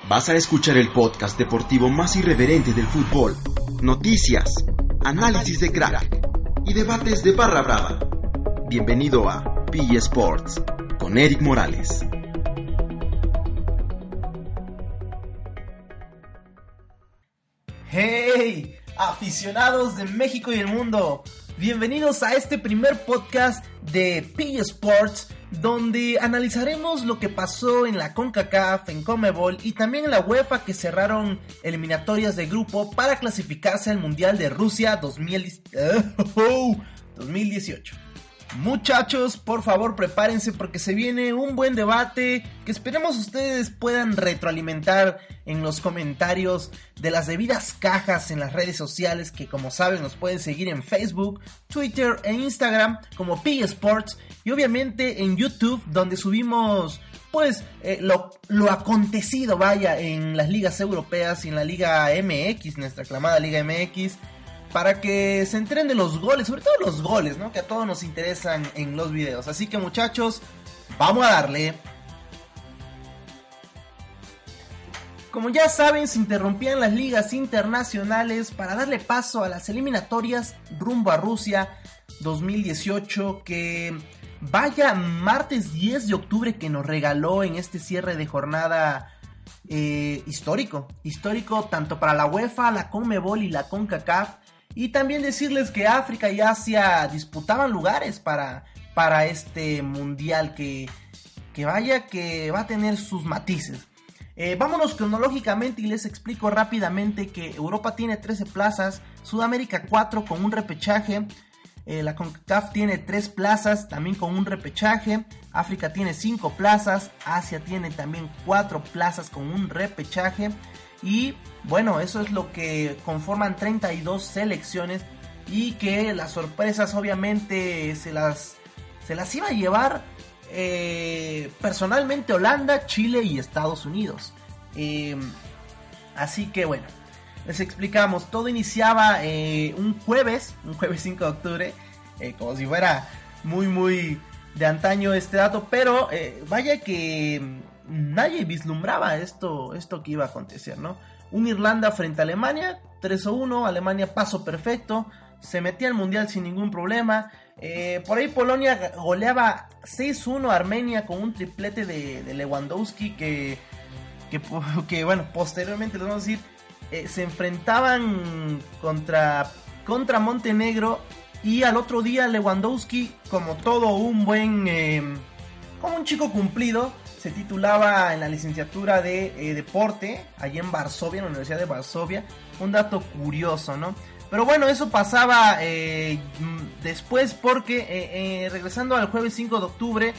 Vas a escuchar el podcast deportivo más irreverente del fútbol. Noticias, análisis de crack y debates de barra brava. Bienvenido a PE Sports con Eric Morales. ¡Hey! Aficionados de México y el mundo, bienvenidos a este primer podcast de PE Sports, donde analizaremos lo que pasó en la CONCACAF, en CONMEBOL y también en la UEFA, que cerraron eliminatorias de grupo para clasificarse al Mundial de Rusia 2018. Muchachos, por favor prepárense porque se viene un buen debate que esperemos ustedes puedan retroalimentar en los comentarios de las debidas cajas en las redes sociales, que como saben nos pueden seguir en Facebook, Twitter e Instagram como PE Sports, y obviamente en YouTube, donde subimos pues lo acontecido, vaya, en las ligas europeas y en la Liga MX, nuestra aclamada Liga MX, para que se enteren de los goles, sobre todo los goles, ¿no? Que a todos nos interesan en los videos. Así que, muchachos, vamos a darle. Como ya saben, se interrumpían las ligas internacionales para darle paso a las eliminatorias rumbo a Rusia 2018, que vaya martes 10 de octubre que nos regaló en este cierre de jornada histórico tanto para la UEFA, la CONMEBOL y la CONCACAF. Y también decirles que África y Asia disputaban lugares para este mundial que vaya que va a tener sus matices. Vámonos cronológicamente y les explico rápidamente que Europa tiene 13 plazas, Sudamérica 4 con un repechaje, la CONCACAF tiene 3 plazas también con un repechaje, África tiene 5 plazas, Asia tiene también 4 plazas con un repechaje. Y bueno, eso es lo que conforman 32 selecciones, y que las sorpresas obviamente se las iba a llevar personalmente Holanda, Chile y Estados Unidos. Así que bueno, les explicamos. Todo iniciaba un jueves 5 de octubre, como si fuera muy de antaño este dato, pero vaya que nadie vislumbraba esto que iba a acontecer, ¿no? Un Irlanda frente a Alemania, 3-1, Alemania paso perfecto, se metía al mundial sin ningún problema. Por ahí Polonia goleaba 6-1 a Armenia con un triplete de Lewandowski que bueno, posteriormente les vamos a decir, se enfrentaban contra Montenegro, y al otro día Lewandowski, como todo un buen como un chico cumplido, se titulaba en la licenciatura de Deporte, allí en Varsovia, en la Universidad de Varsovia. Un dato curioso, ¿no? Pero bueno, eso pasaba después, porque regresando al jueves 5 de octubre,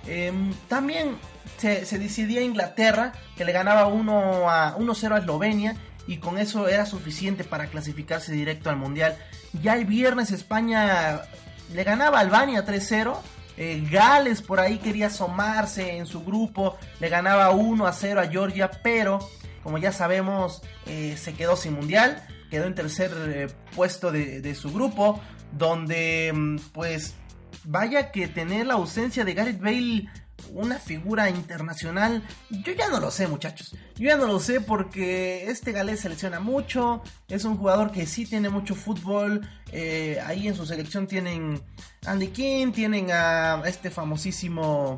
también se decidía Inglaterra, que le ganaba 1-0 a Eslovenia, y con eso era suficiente para clasificarse directo al Mundial. Ya el viernes España le ganaba a Albania 3-0, Gales por ahí quería asomarse en su grupo, le ganaba 1-0 a Georgia, pero como ya sabemos se quedó sin mundial, quedó en tercer puesto de su grupo, donde pues vaya que tener la ausencia de Gareth Bale, una figura internacional, yo ya no lo sé, muchachos, yo ya no lo sé, porque este galés selecciona mucho, es un jugador que sí tiene mucho fútbol. Ahí en su selección tienen Andy King, tienen a este famosísimo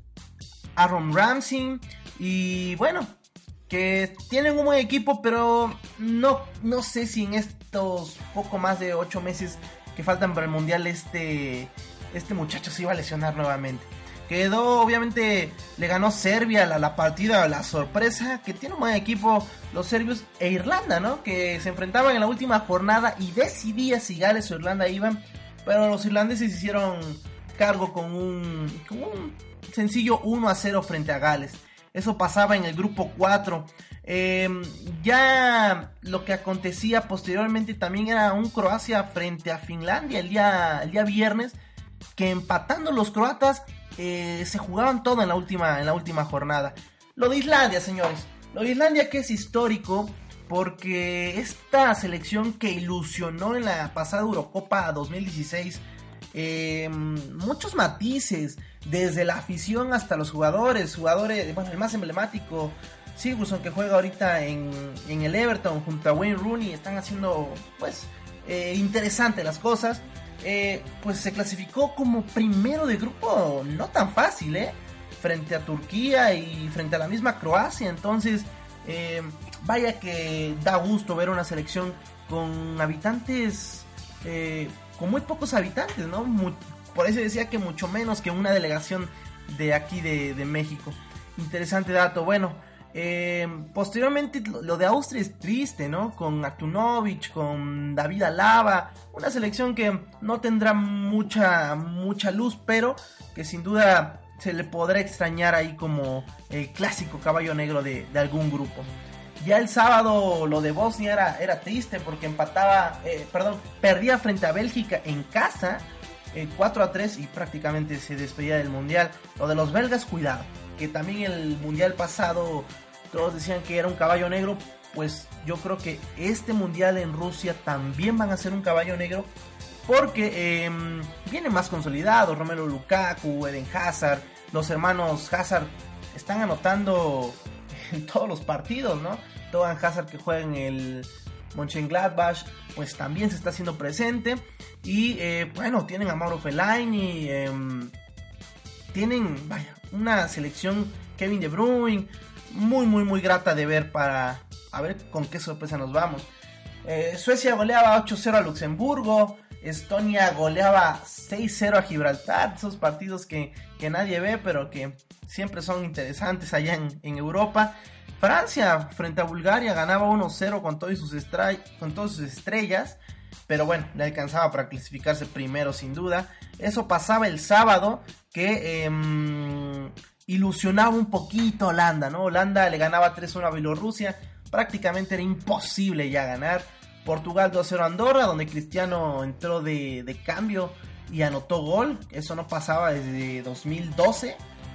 Aaron Ramsey, y bueno, que tienen un buen equipo, pero no sé si en estos poco más de 8 meses que faltan para el mundial este muchacho se iba a lesionar nuevamente. Quedó, obviamente, le ganó Serbia la partida, la sorpresa, que tiene un buen equipo los serbios, e Irlanda, ¿no? Que se enfrentaban en la última jornada y decidía si Gales o Irlanda iban, pero los irlandeses hicieron cargo con un sencillo 1-0 frente a Gales. Eso pasaba en el grupo 4. Ya lo que acontecía posteriormente también era un Croacia frente a Finlandia el día viernes, que empatando los croatas se jugaban todo en la última jornada. Lo de Islandia, señores, lo de Islandia, que es histórico, porque esta selección que ilusionó en la pasada Eurocopa 2016, muchos matices, desde la afición hasta los jugadores, bueno, el más emblemático, Sigurdsson, que juega ahorita en el Everton junto a Wayne Rooney, están haciendo pues interesante las cosas. Pues se clasificó como primero de grupo, no tan fácil, frente a Turquía y frente a la misma Croacia. Entonces vaya que da gusto ver una selección con habitantes, con muy pocos habitantes, ¿no? Por eso decía que mucho menos que una delegación de aquí de México. Interesante dato. Bueno, posteriormente lo de Austria es triste, ¿no? Con Aktunovic, con David Alaba, una selección que no tendrá mucha luz, pero que sin duda se le podrá extrañar ahí como el clásico caballo negro de algún grupo. Ya el sábado lo de Bosnia era triste porque perdía frente a Bélgica en casa 4-3 y prácticamente se despedía del mundial. Lo de los belgas, cuidado, que también el mundial pasado todos decían que era un caballo negro. Pues yo creo que este mundial en Rusia también van a ser un caballo negro, porque viene más consolidado. Romelu Lukaku, Eden Hazard, los hermanos Hazard están anotando en todos los partidos, ¿no? Eden Hazard, que juega en el Mönchengladbach, pues también se está haciendo presente. Y bueno, tienen a Mauro Fellaini, tienen, vaya, una selección, Kevin De Bruyne, muy grata de ver, para a ver con qué sorpresa nos vamos. Suecia goleaba 8-0 a Luxemburgo, Estonia goleaba 6-0 a Gibraltar. Esos partidos que nadie ve, pero que siempre son interesantes allá en Europa. Francia frente a Bulgaria ganaba 1-0 con todas sus estrellas, pero bueno, le alcanzaba para clasificarse primero sin duda. Eso pasaba el sábado, que ilusionaba un poquito a Holanda, ¿no? Holanda le ganaba 3-1 a Bielorrusia, prácticamente era imposible ya ganar. Portugal 2-0 a Andorra, donde Cristiano entró de cambio y anotó gol. Eso no pasaba desde 2012,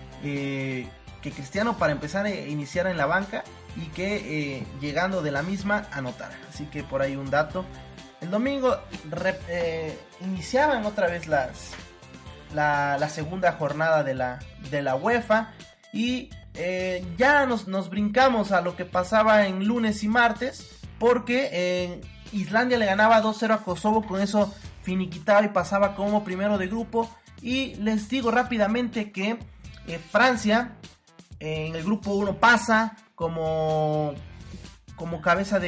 que Cristiano, para empezar, iniciara en la banca y que llegando de la misma anotara. Así que por ahí un dato. El domingo iniciaban otra vez la segunda jornada de la UEFA, y ya nos brincamos a lo que pasaba en lunes y martes, porque Islandia le ganaba 2-0 a Kosovo. Con eso finiquitaba y pasaba como primero de grupo. Y les digo rápidamente que Francia en el grupo 1 pasa como cabeza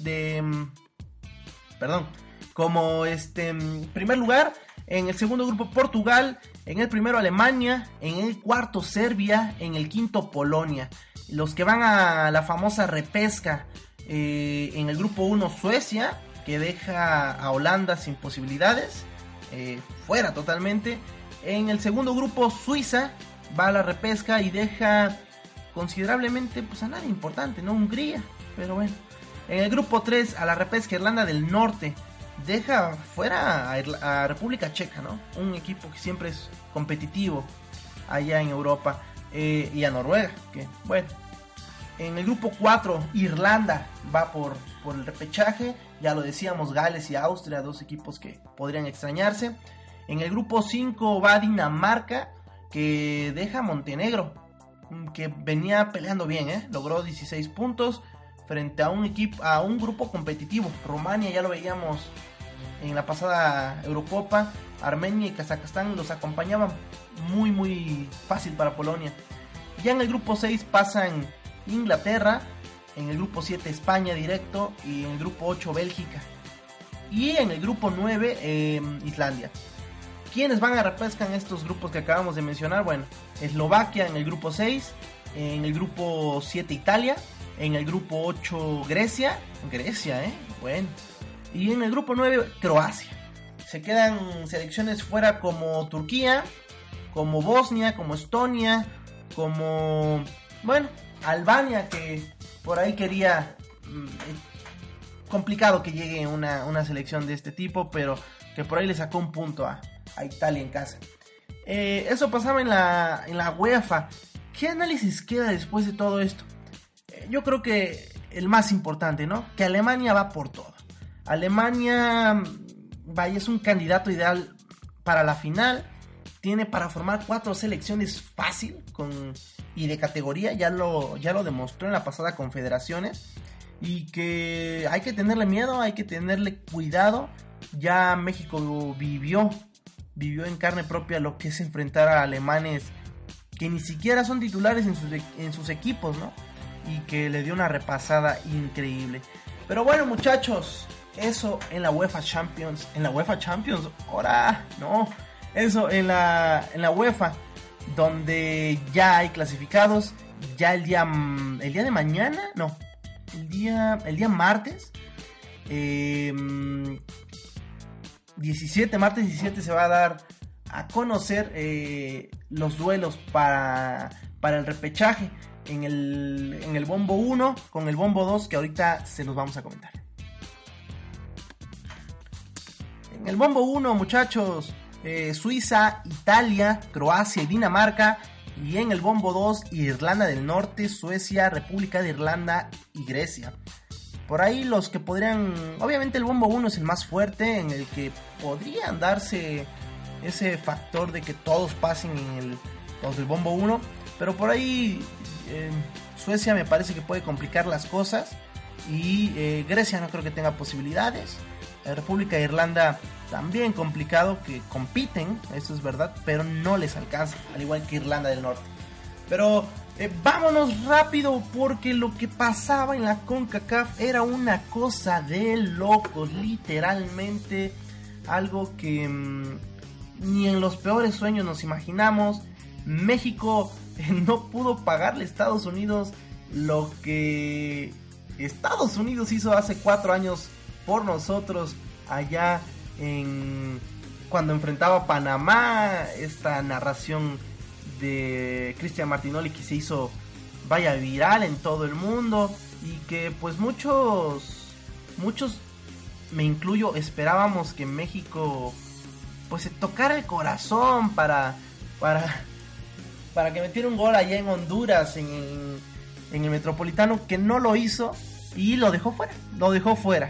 como primer lugar. En el segundo grupo Portugal, en el primero Alemania, en el cuarto Serbia, en el quinto Polonia. Los que van a la famosa repesca, en el grupo 1 Suecia, que deja a Holanda sin posibilidades, fuera totalmente. En el segundo grupo Suiza va a la repesca y deja considerablemente pues a nadie importante, ¿no? Hungría, pero bueno. En el grupo 3 a la repesca Irlanda del Norte, deja fuera a República Checa, ¿no? Un equipo que siempre es competitivo allá en Europa, y a Noruega, que bueno. En el grupo 4 Irlanda va por el repechaje, ya lo decíamos, Gales y Austria, dos equipos que podrían extrañarse. En el grupo 5 va Dinamarca, que deja a Montenegro, que venía peleando bien, logró 16 puntos frente a un grupo competitivo. Rumania, ya lo veíamos en la pasada Eurocopa, Armenia y Kazajstán los acompañaban muy fácil para Polonia. Ya en el grupo 6 pasan Inglaterra, en el grupo 7 España directo, y en el grupo 8 Bélgica, y en el grupo 9 Islandia. ¿Quiénes van a repesca en estos grupos que acabamos de mencionar? Bueno, Eslovaquia en el grupo 6, en el grupo 7 Italia, en el grupo 8 Grecia, bueno, y en el grupo 9 Croacia. Se quedan selecciones fuera como Turquía, como Bosnia, como Estonia, como, bueno, Albania, que por ahí quería, complicado que llegue una selección de este tipo, pero que por ahí le sacó un punto a Italia en casa. Eso pasaba en la UEFA. ¿Qué análisis queda después de todo esto? Yo creo que el más importante, ¿no? Que Alemania va por todo. Alemania, vaya, es un candidato ideal para la final. Tiene para formar 4 selecciones fácil y de categoría. Ya lo demostró en la pasada Confederaciones. Y que hay que tenerle miedo, hay que tenerle cuidado. Ya México vivió en carne propia lo que es enfrentar a alemanes que ni siquiera son titulares en sus equipos, ¿no? Y que le dio una repasada increíble. Pero bueno, muchachos, eso en la UEFA Champions. En la UEFA Champions, ahora no. Eso en la UEFA, donde ya hay clasificados. Ya el día de mañana, no. El día martes. 17, martes 17 se va a dar a conocer los duelos para el repechaje en el bombo 1 con el bombo 2, que ahorita se los vamos a comentar. En el bombo 1, muchachos, Suiza, Italia, Croacia y Dinamarca. Y en el bombo 2, Irlanda del Norte, Suecia, República de Irlanda y Grecia. Por ahí los que podrían... Obviamente el bombo 1 es el más fuerte, en el que podrían darse ese factor de que todos pasen en los del bombo 1. Pero por ahí Suecia me parece que puede complicar las cosas. Y Grecia no creo que tenga posibilidades. República de Irlanda también complicado, que compiten, eso es verdad, pero no les alcanza, al igual que Irlanda del Norte. Pero vámonos rápido, porque lo que pasaba en la CONCACAF era una cosa de locos, literalmente algo que ni en los peores sueños nos imaginamos. México no pudo pagarle a Estados Unidos lo que Estados Unidos hizo hace 4 años por nosotros allá cuando enfrentaba a Panamá. Esta narración de Cristian Martinoli que se hizo viral en todo el mundo, y que pues muchos, me incluyo, esperábamos que México pues se tocara el corazón para que metiera un gol allá en Honduras, en el Metropolitano, que no lo hizo y lo dejó fuera.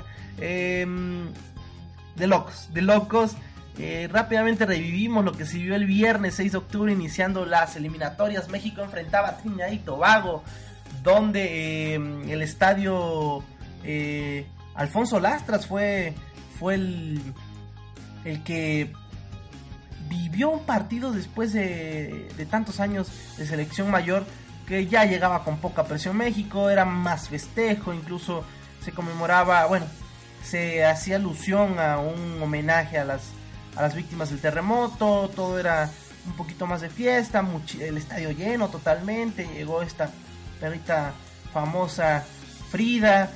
De locos. Rápidamente revivimos lo que se vio el viernes 6 de octubre, iniciando las eliminatorias. México enfrentaba a Trinidad y Tobago, donde el estadio Alfonso Lastras fue el que vivió un partido después de tantos años de selección mayor, que ya llegaba con poca presión México. Era más festejo, incluso se conmemoraba, se hacía alusión a un homenaje a las víctimas del terremoto. Todo era un poquito más de fiesta, el estadio lleno totalmente. Llegó esta perrita famosa Frida,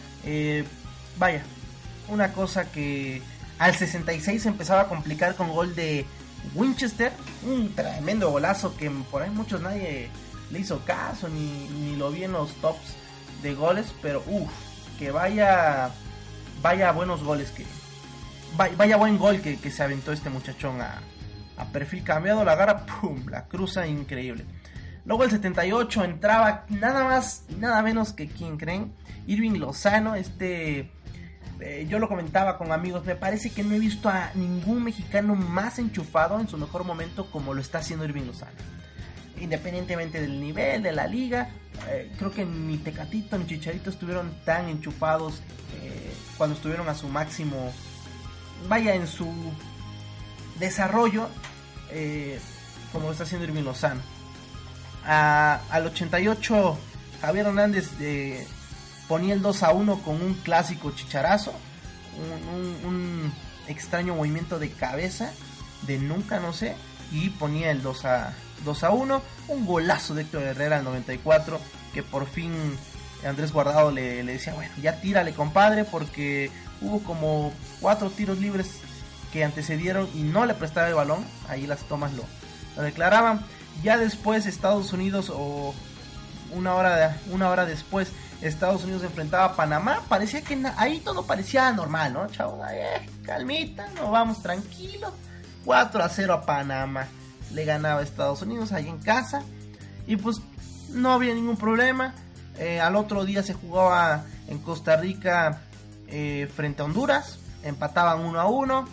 una cosa que al 66 se empezaba a complicar con gol de Winchester, un tremendo golazo que por ahí nadie le hizo caso, ni lo vi en los tops de goles, pero que vaya buenos goles, vaya buen gol que se aventó este muchachón a perfil cambiado, la agarra, pum, la cruza, increíble. Luego el 78 entraba nada más y nada menos que, ¿quién creen? Irving Lozano. Yo lo comentaba con amigos, me parece que no he visto a ningún mexicano más enchufado en su mejor momento como lo está haciendo Irving Lozano. Independientemente del nivel de la liga, creo que ni Tecatito ni Chicharito estuvieron tan enchufados cuando estuvieron a su máximo, en su desarrollo, como lo está haciendo Irving Lozano. Al 88 Javier Hernández ponía el 2-1 con un clásico chicharazo, un extraño movimiento de cabeza de nunca no sé, y ponía el 2-1, un golazo de Héctor Herrera al 94, que por fin Andrés Guardado le decía, ya tírale, compadre, porque hubo como 4 tiros libres que antecedieron y no le prestaba el balón. Ahí las tomas lo declaraban. Ya después Estados Unidos, o una hora después, Estados Unidos enfrentaba a Panamá. Parecía que ahí todo parecía normal, ¿no, chavos? Calmita, nos vamos tranquilos. 4-0 a Panamá. Le ganaba a Estados Unidos ahí en casa. Y pues no había ningún problema. Al otro día se jugaba en Costa Rica frente a Honduras. Empataban 1-1.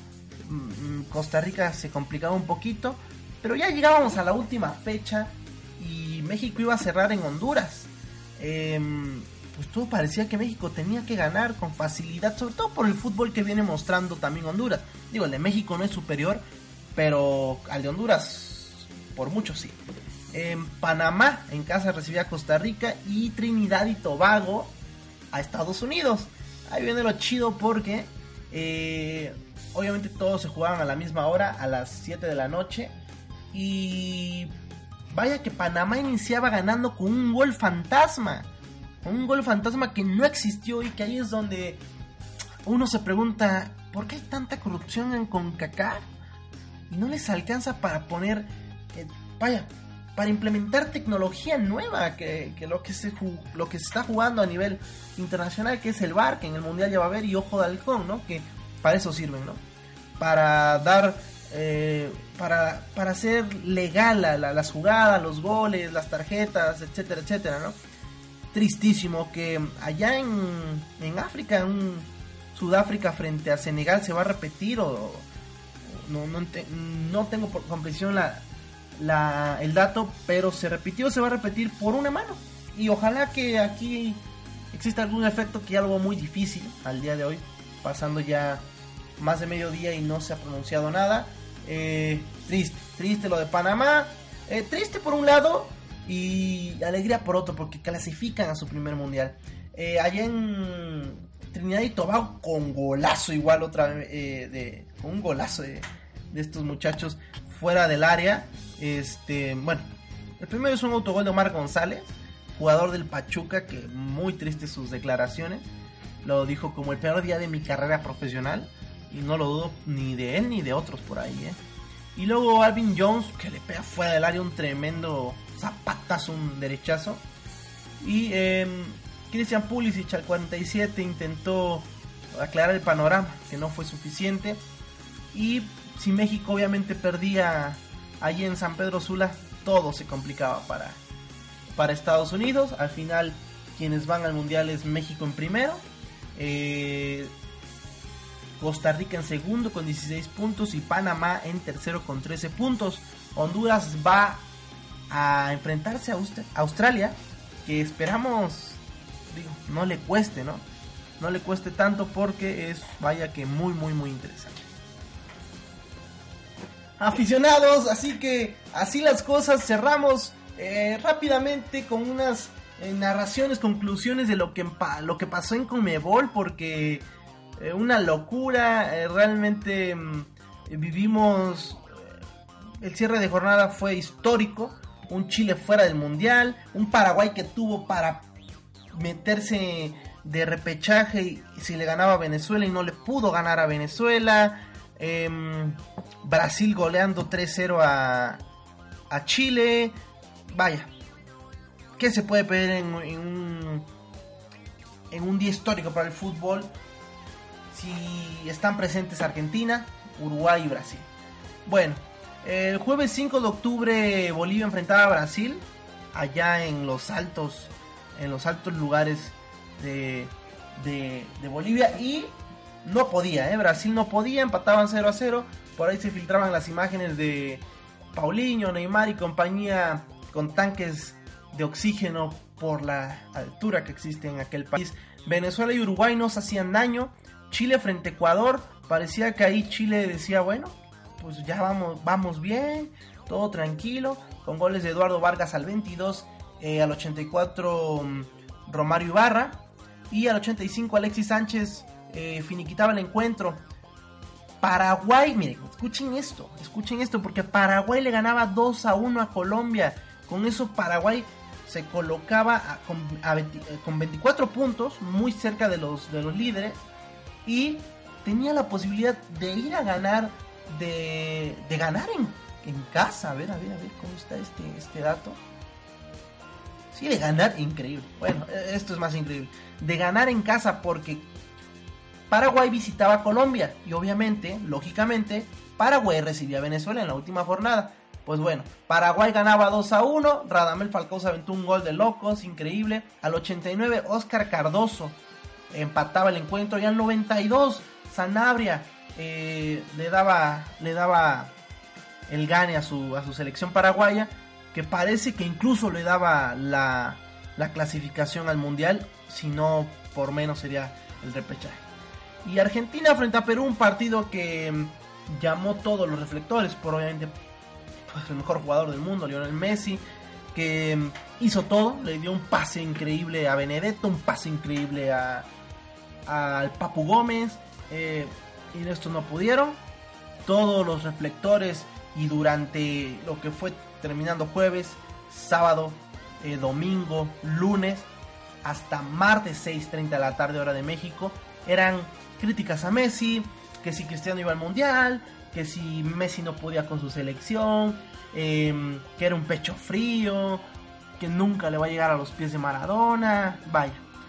Costa Rica se complicaba un poquito, pero ya llegábamos a la última fecha y México iba a cerrar en Honduras. Pues todo parecía que México tenía que ganar con facilidad, sobre todo por el fútbol que viene mostrando también Honduras. Digo, el de México no es superior, pero al de Honduras por mucho sí. Panamá en casa recibía a Costa Rica y Trinidad y Tobago a Estados Unidos. Ahí viene lo chido porque obviamente todos se jugaban a la misma hora, a las 7 de la noche. Y vaya que Panamá iniciaba ganando con un gol fantasma. Un gol fantasma que no existió y que ahí es donde uno se pregunta, ¿por qué hay tanta corrupción en CONCACAF? Y no les alcanza para poner, para implementar tecnología nueva, que lo que se está jugando a nivel internacional, que es el VAR, que en el Mundial ya va a haber, y Ojo de Halcón, ¿no? Que para eso sirven, ¿no? Para dar, para hacer legal las jugadas, los goles, las tarjetas, etcétera, etcétera, ¿no? Tristísimo que allá en África, en Sudáfrica frente a Senegal, se va a repetir, o no tengo por comprensión el dato, pero se va a repetir por una mano. Y ojalá que aquí exista algún efecto, que es algo muy difícil al día de hoy, pasando ya más de mediodía y no se ha pronunciado nada. Triste lo de Panamá, triste por un lado y alegría por otro, porque clasifican a su primer mundial. Allá en Trinidad y Tobago, con golazo igual otra vez, con un golazo de estos muchachos fuera del área. Bueno, el primero es un autogol de Omar González, jugador del Pachuca, que muy triste sus declaraciones. Lo dijo como el peor día de mi carrera profesional, y no lo dudo ni de él ni de otros por ahí, Y luego Alvin Jones, que le pega fuera del área un tremendo zapatazo, un derechazo. Y Christian Pulisic al 47 intentó aclarar el panorama, que no fue suficiente. Y si México obviamente perdía allí en San Pedro Sula, todo se complicaba para Estados Unidos. Al final, quienes van al mundial es México en primero, Costa Rica en segundo con 16 puntos y Panamá en tercero con 13 puntos. Honduras va a enfrentarse a Australia, que esperamos, no le cueste, ¿no? No le cueste tanto, porque es, vaya que muy, muy, muy interesante. Aficionados, así que así las cosas. Cerramos rápidamente con unas narraciones, conclusiones de lo que pasó en Conmebol, porque una locura, realmente vivimos, el cierre de jornada fue histórico, un Chile fuera del mundial, un Paraguay que tuvo para meterse de repechaje y si le ganaba a Venezuela y no le pudo ganar a Venezuela, Brasil goleando 3-0 a Chile. Vaya, ¿qué se puede pedir en un día histórico para el fútbol si están presentes Argentina, Uruguay y Brasil? Bueno, el jueves 5 de octubre Bolivia enfrentaba a Brasil allá en los altos lugares de Bolivia, y no podía, Brasil no podía, empataban 0-0. Por ahí se filtraban las imágenes de Paulinho, Neymar y compañía con tanques de oxígeno por la altura que existe en aquel país. Venezuela y Uruguay no se hacían daño. Chile frente a Ecuador, parecía que ahí Chile decía, bueno, pues ya vamos bien, todo tranquilo, con goles de Eduardo Vargas al 22, al 84 Romario Ibarra, y al 85 Alexis Sánchez finiquitaba el encuentro. Paraguay, miren, escuchen esto, porque Paraguay le ganaba 2-1 a Colombia. Con eso Paraguay se colocaba con 24 puntos, muy cerca de los líderes, y tenía la posibilidad de ir a ganar, de ganar en casa. A ver cómo está este dato. Sí, de ganar, increíble. Bueno, esto es más increíble. De ganar en casa, porque Paraguay visitaba a Colombia y obviamente, lógicamente, Paraguay recibía a Venezuela en la última jornada. Pues bueno, Paraguay ganaba 2-1, Radamel Falcao se aventó un gol de locos, increíble. Al 89, Oscar Cardoso empataba el encuentro, y al 92, Sanabria le daba el gane a su selección paraguaya, que parece que incluso le daba la clasificación al mundial, si no por menos sería el repechaje. Y Argentina frente a Perú, un partido que llamó todos los reflectores por obviamente pues, el mejor jugador del mundo, Lionel Messi, que hizo todo, le dio un pase increíble a Benedetto, un pase increíble al Papu Gómez, y de estos no pudieron. Todos los reflectores, y durante lo que fue terminando jueves, sábado, domingo, lunes, hasta martes 6:30 de la tarde hora de México, eran críticas a Messi, que si Cristiano iba al mundial, que si Messi no podía con su selección, que era un pecho frío, que nunca le va a llegar a los pies de Maradona. Vaya,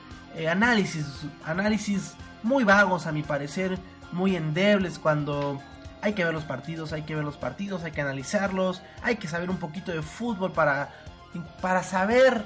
análisis muy vagos a mi parecer, muy endebles, cuando hay que ver los partidos, hay que analizarlos, hay que saber un poquito de fútbol para saber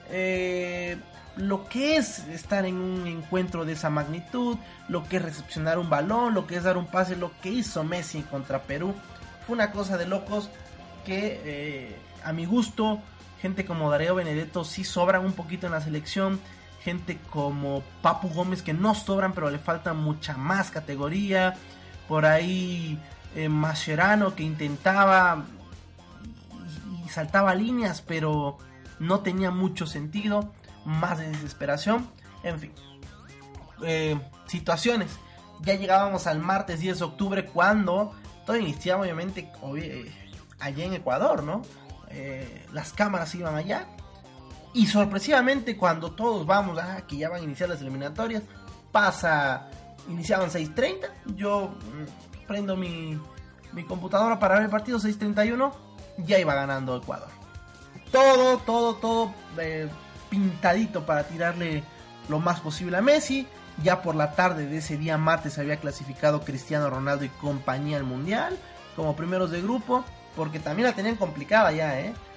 lo que es estar en un encuentro de esa magnitud, lo que es recepcionar un balón, lo que es dar un pase, lo que hizo Messi contra Perú. Fue una cosa de locos que a mi gusto, gente como Darío Benedetto sí sobran un poquito en la selección, gente como Papu Gómez que no sobran pero le falta mucha más categoría, por ahí Mascherano que intentaba y saltaba líneas pero no tenía mucho sentido, más de desesperación, en fin, situaciones. Ya llegábamos al martes 10 de octubre cuando todo iniciaba obviamente allá en Ecuador, ¿no? Las cámaras iban allá y sorpresivamente cuando todos vamos, que ya van a iniciar las eliminatorias, iniciaban 6:30, yo prendo mi computadora para ver el partido, 6:31, ya iba ganando Ecuador. Todo pintadito para tirarle lo más posible a Messi. Ya por la tarde de ese día martes había clasificado Cristiano Ronaldo y compañía al mundial como primeros de grupo, porque también la tenían complicada ya,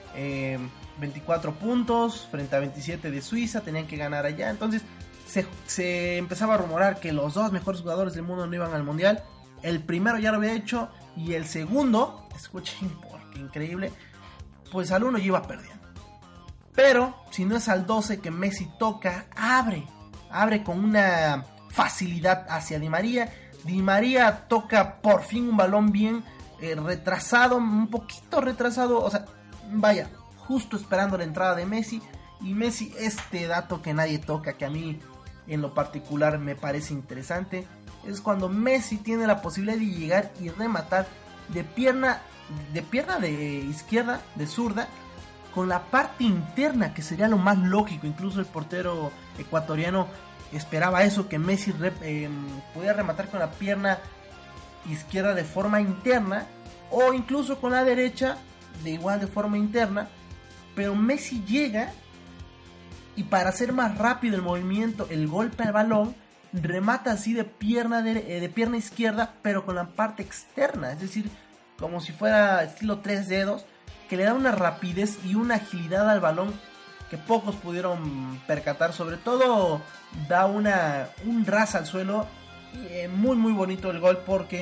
24 puntos frente a 27 de Suiza, tenían que ganar allá. Entonces se empezaba a rumorar que los dos mejores jugadores del mundo no iban al mundial. El primero ya lo había hecho y el segundo, escuchen porque increíble, pues al uno ya iba perdiendo. Pero si no es al 12 que Messi toca, abre con una facilidad hacia Di María. Di María toca por fin un balón bien retrasado, un poquito retrasado, o sea, vaya, justo esperando la entrada de Messi. Y Messi, este dato que nadie toca, que a mí en lo particular me parece interesante, es cuando Messi tiene la posibilidad de llegar y rematar de pierna de izquierda, de zurda, con la parte interna, que sería lo más lógico. Incluso el portero ecuatoriano esperaba eso, que Messi pudiera rematar con la pierna izquierda de forma interna, o incluso con la derecha de forma interna, pero Messi llega y para hacer más rápido el movimiento, el golpe al balón, remata así de pierna izquierda, pero con la parte externa, es decir, como si fuera estilo 3 dedos, que le da una rapidez y una agilidad al balón que pocos pudieron percatar. Sobre todo da un ras al suelo, muy muy bonito el gol, porque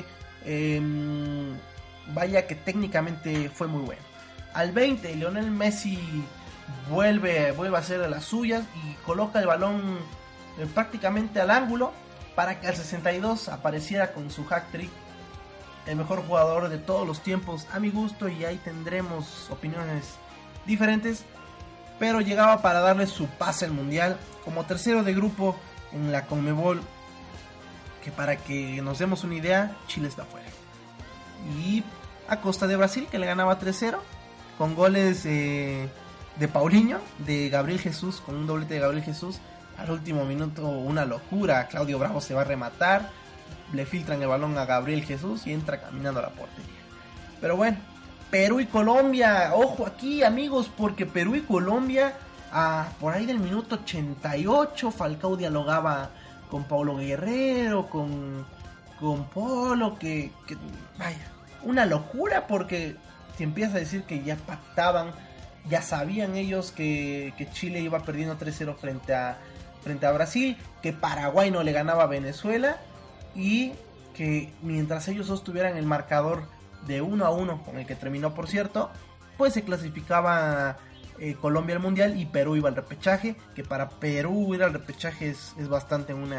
vaya que técnicamente fue muy bueno. Al 20 Lionel Messi vuelve a hacer de las suyas y coloca el balón prácticamente al ángulo para que al 62 apareciera con su hat-trick. El mejor jugador de todos los tiempos a mi gusto, y ahí tendremos opiniones diferentes, pero llegaba para darle su pase al mundial como tercero de grupo en la Conmebol, que para que nos demos una idea, Chile está fuera, y a costa de Brasil, que le ganaba 3-0 con goles de Paulinho, de Gabriel Jesús, con un doblete de Gabriel Jesús al último minuto, una locura. Claudio Bravo se va a rematar, le filtran el balón a Gabriel Jesús y entra caminando a la portería. Pero bueno, Perú y Colombia, ojo aquí amigos, porque Perú y Colombia, por ahí del minuto 88, Falcao dialogaba con Paulo Guerrero, con Polo, que vaya, una locura, porque se empieza a decir que ya pactaban, ya sabían ellos que Chile iba perdiendo 3-0 frente a Brasil, que Paraguay no le ganaba a Venezuela, y que mientras ellos dos tuvieran el marcador de 1-1, con el que terminó por cierto, pues se clasificaba Colombia al Mundial y Perú iba al repechaje, que para Perú ir al repechaje es bastante en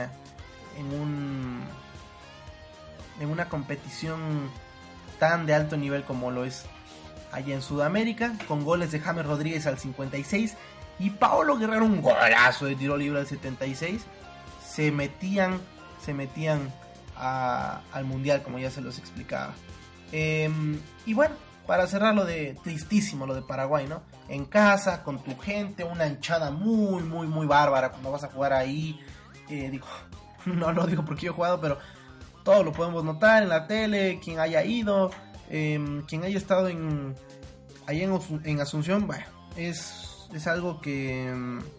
una competición tan de alto nivel como lo es allá en Sudamérica, con goles de James Rodríguez al 56 y Paolo Guerrero un golazo de tiro libre al 76. Se metían al Mundial, como ya se los explicaba. Y bueno, para cerrar tristísimo lo de Paraguay, ¿no? En casa, con tu gente, una hinchada muy bárbara cuando vas a jugar ahí. No lo digo porque yo he jugado, pero todo lo podemos notar en la tele, quien haya ido, quien haya estado allá en Asunción, bueno, es algo que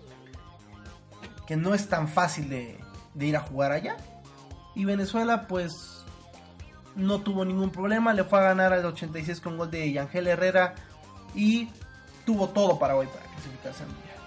no es tan fácil de ir a jugar allá. Y Venezuela pues no tuvo ningún problema, le fue a ganar al 86 con gol de Yangel Herrera y tuvo todo Paraguay para clasificarse al Mundial.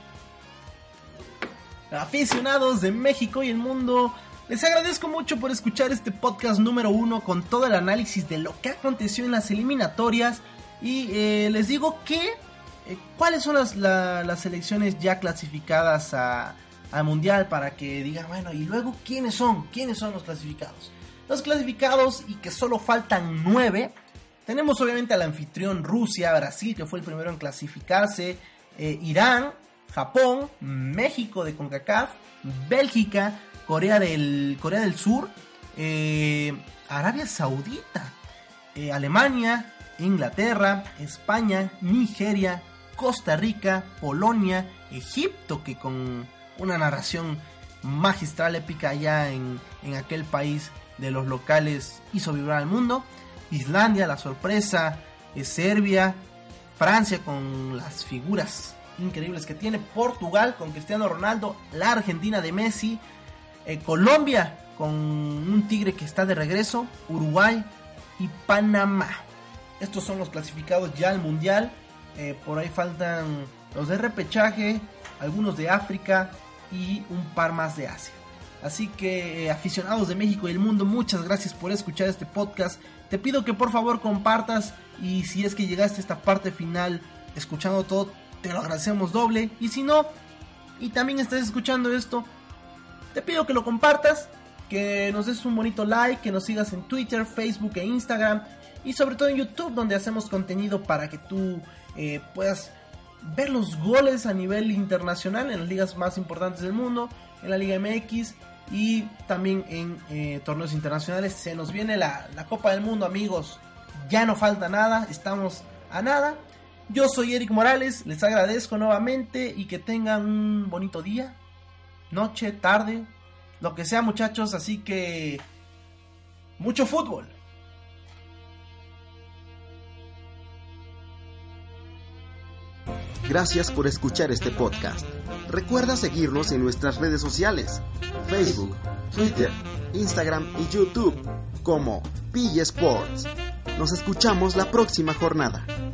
Aficionados de México y el mundo, les agradezco mucho por escuchar este podcast número 1 con todo el análisis de lo que aconteció en las eliminatorias. Y les digo que cuáles son las selecciones ya clasificadas al Mundial, para que digan, bueno, y luego ¿quiénes son los clasificados? Los clasificados, y que solo faltan 9. Tenemos obviamente al anfitrión Rusia, Brasil, que fue el primero en clasificarse, Irán, Japón, México de CONCACAF, Bélgica, Corea del Sur, Arabia Saudita, Alemania, Inglaterra, España, Nigeria, Costa Rica, Polonia, Egipto, que con una narración magistral, épica allá en aquel país de los locales hizo vibrar al mundo, Islandia, la sorpresa, Serbia, Francia con las figuras increíbles que tiene, Portugal con Cristiano Ronaldo, la Argentina de Messi, Colombia con un tigre que está de regreso, Uruguay y Panamá. Estos son los clasificados ya al Mundial. Por ahí faltan los de repechaje, algunos de África y un par más de Asia. Así que aficionados de México y el mundo, muchas gracias por escuchar este podcast. Te pido que por favor compartas, y si es que llegaste a esta parte final escuchando todo, te lo agradecemos doble. Y si no, y también estás escuchando esto, te pido que lo compartas, que nos des un bonito like, que nos sigas en Twitter, Facebook e Instagram, y sobre todo en YouTube, donde hacemos contenido para que tú puedas ver los goles a nivel internacional en las ligas más importantes del mundo, en la Liga MX y también en torneos internacionales. Se nos viene la Copa del Mundo, amigos, ya no falta nada, estamos a nada. Yo soy Eric Morales, les agradezco nuevamente y que tengan un bonito día, noche, tarde, lo que sea, muchachos. Así que mucho fútbol. Gracias por escuchar este podcast. Recuerda seguirnos en nuestras redes sociales, Facebook, Twitter, Instagram y YouTube como PG Sports. Nos escuchamos la próxima jornada.